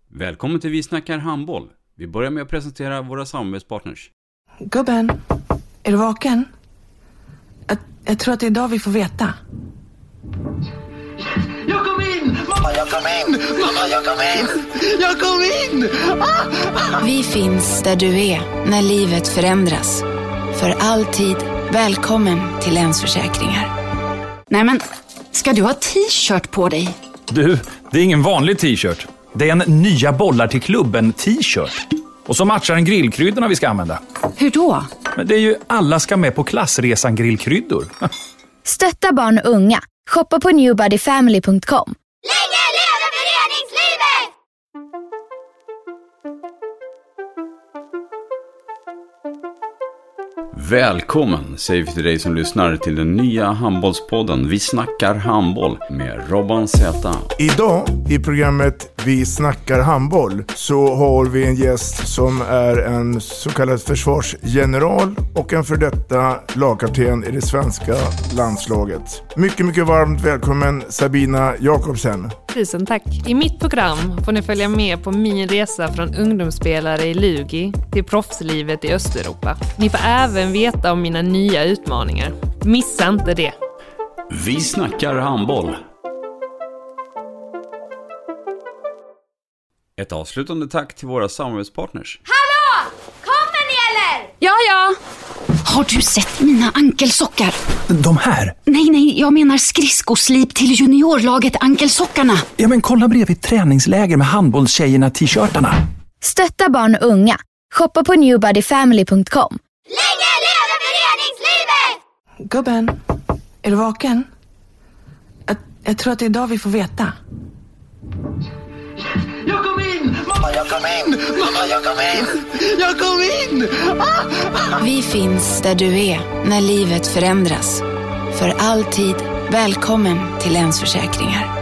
Välkommen till Vi snackar handboll. Vi börjar med att presentera våra samarbetspartners. Gubben, är du vaken? Jag tror att det är idag vi får veta. Jag kom in! Mamma, jag kom in! Mamma, jag kom in! Jag kom in! Vi finns där du är när livet förändras. För alltid välkommen till Länsförsäkringar. Nej men, ska du ha t-shirt på dig? Du, det är ingen vanlig t-shirt. Det är en nya bollar till klubben t-shirt. Och så matchar den grillkryddorna vi ska använda. Hur då? Men det är ju alla ska med på klassresan grillkryddor. Stötta barn och unga. Shoppa på newbodyfamily.com. Länge leve föreningslivet! Välkommen säger vi till dig som lyssnar till den nya handbollspodden Vi snackar handboll med Robban Z. Idag i programmet Vi snackar handboll så har vi en gäst som är en så kallad försvarsgeneral och en för detta lagkapten i det svenska landslaget. Mycket varmt välkommen Sabina Jakobsen. Tusen tack. I mitt program får ni följa med på min resa från ungdomsspelare i Lugi till proffslivet i Östeuropa. Ni får även veta om mina nya utmaningar. Missa inte det. Vi snackar handboll. Ett avslutande tack till våra samarbetspartners. Hallå! Kommer ni eller? Ja. Har du sett mina ankelsockar? De här? Nej, jag menar skridskoslip till juniorlaget Ankelsockarna. Ja men kolla bredvid träningsläger med handbollstjejerna t-shirtarna. Stötta barn och unga. Shoppa på newbodyfamily.com. Länge leve föreningslivet! Gubben, är du vaken? Jag tror att det är idag vi får veta. Jag kom in! Mamma, jag kom in! Mamma, jag kom in! Jag kom in! Vi finns där du är när livet förändras. För alltid välkommen till Länsförsäkringar.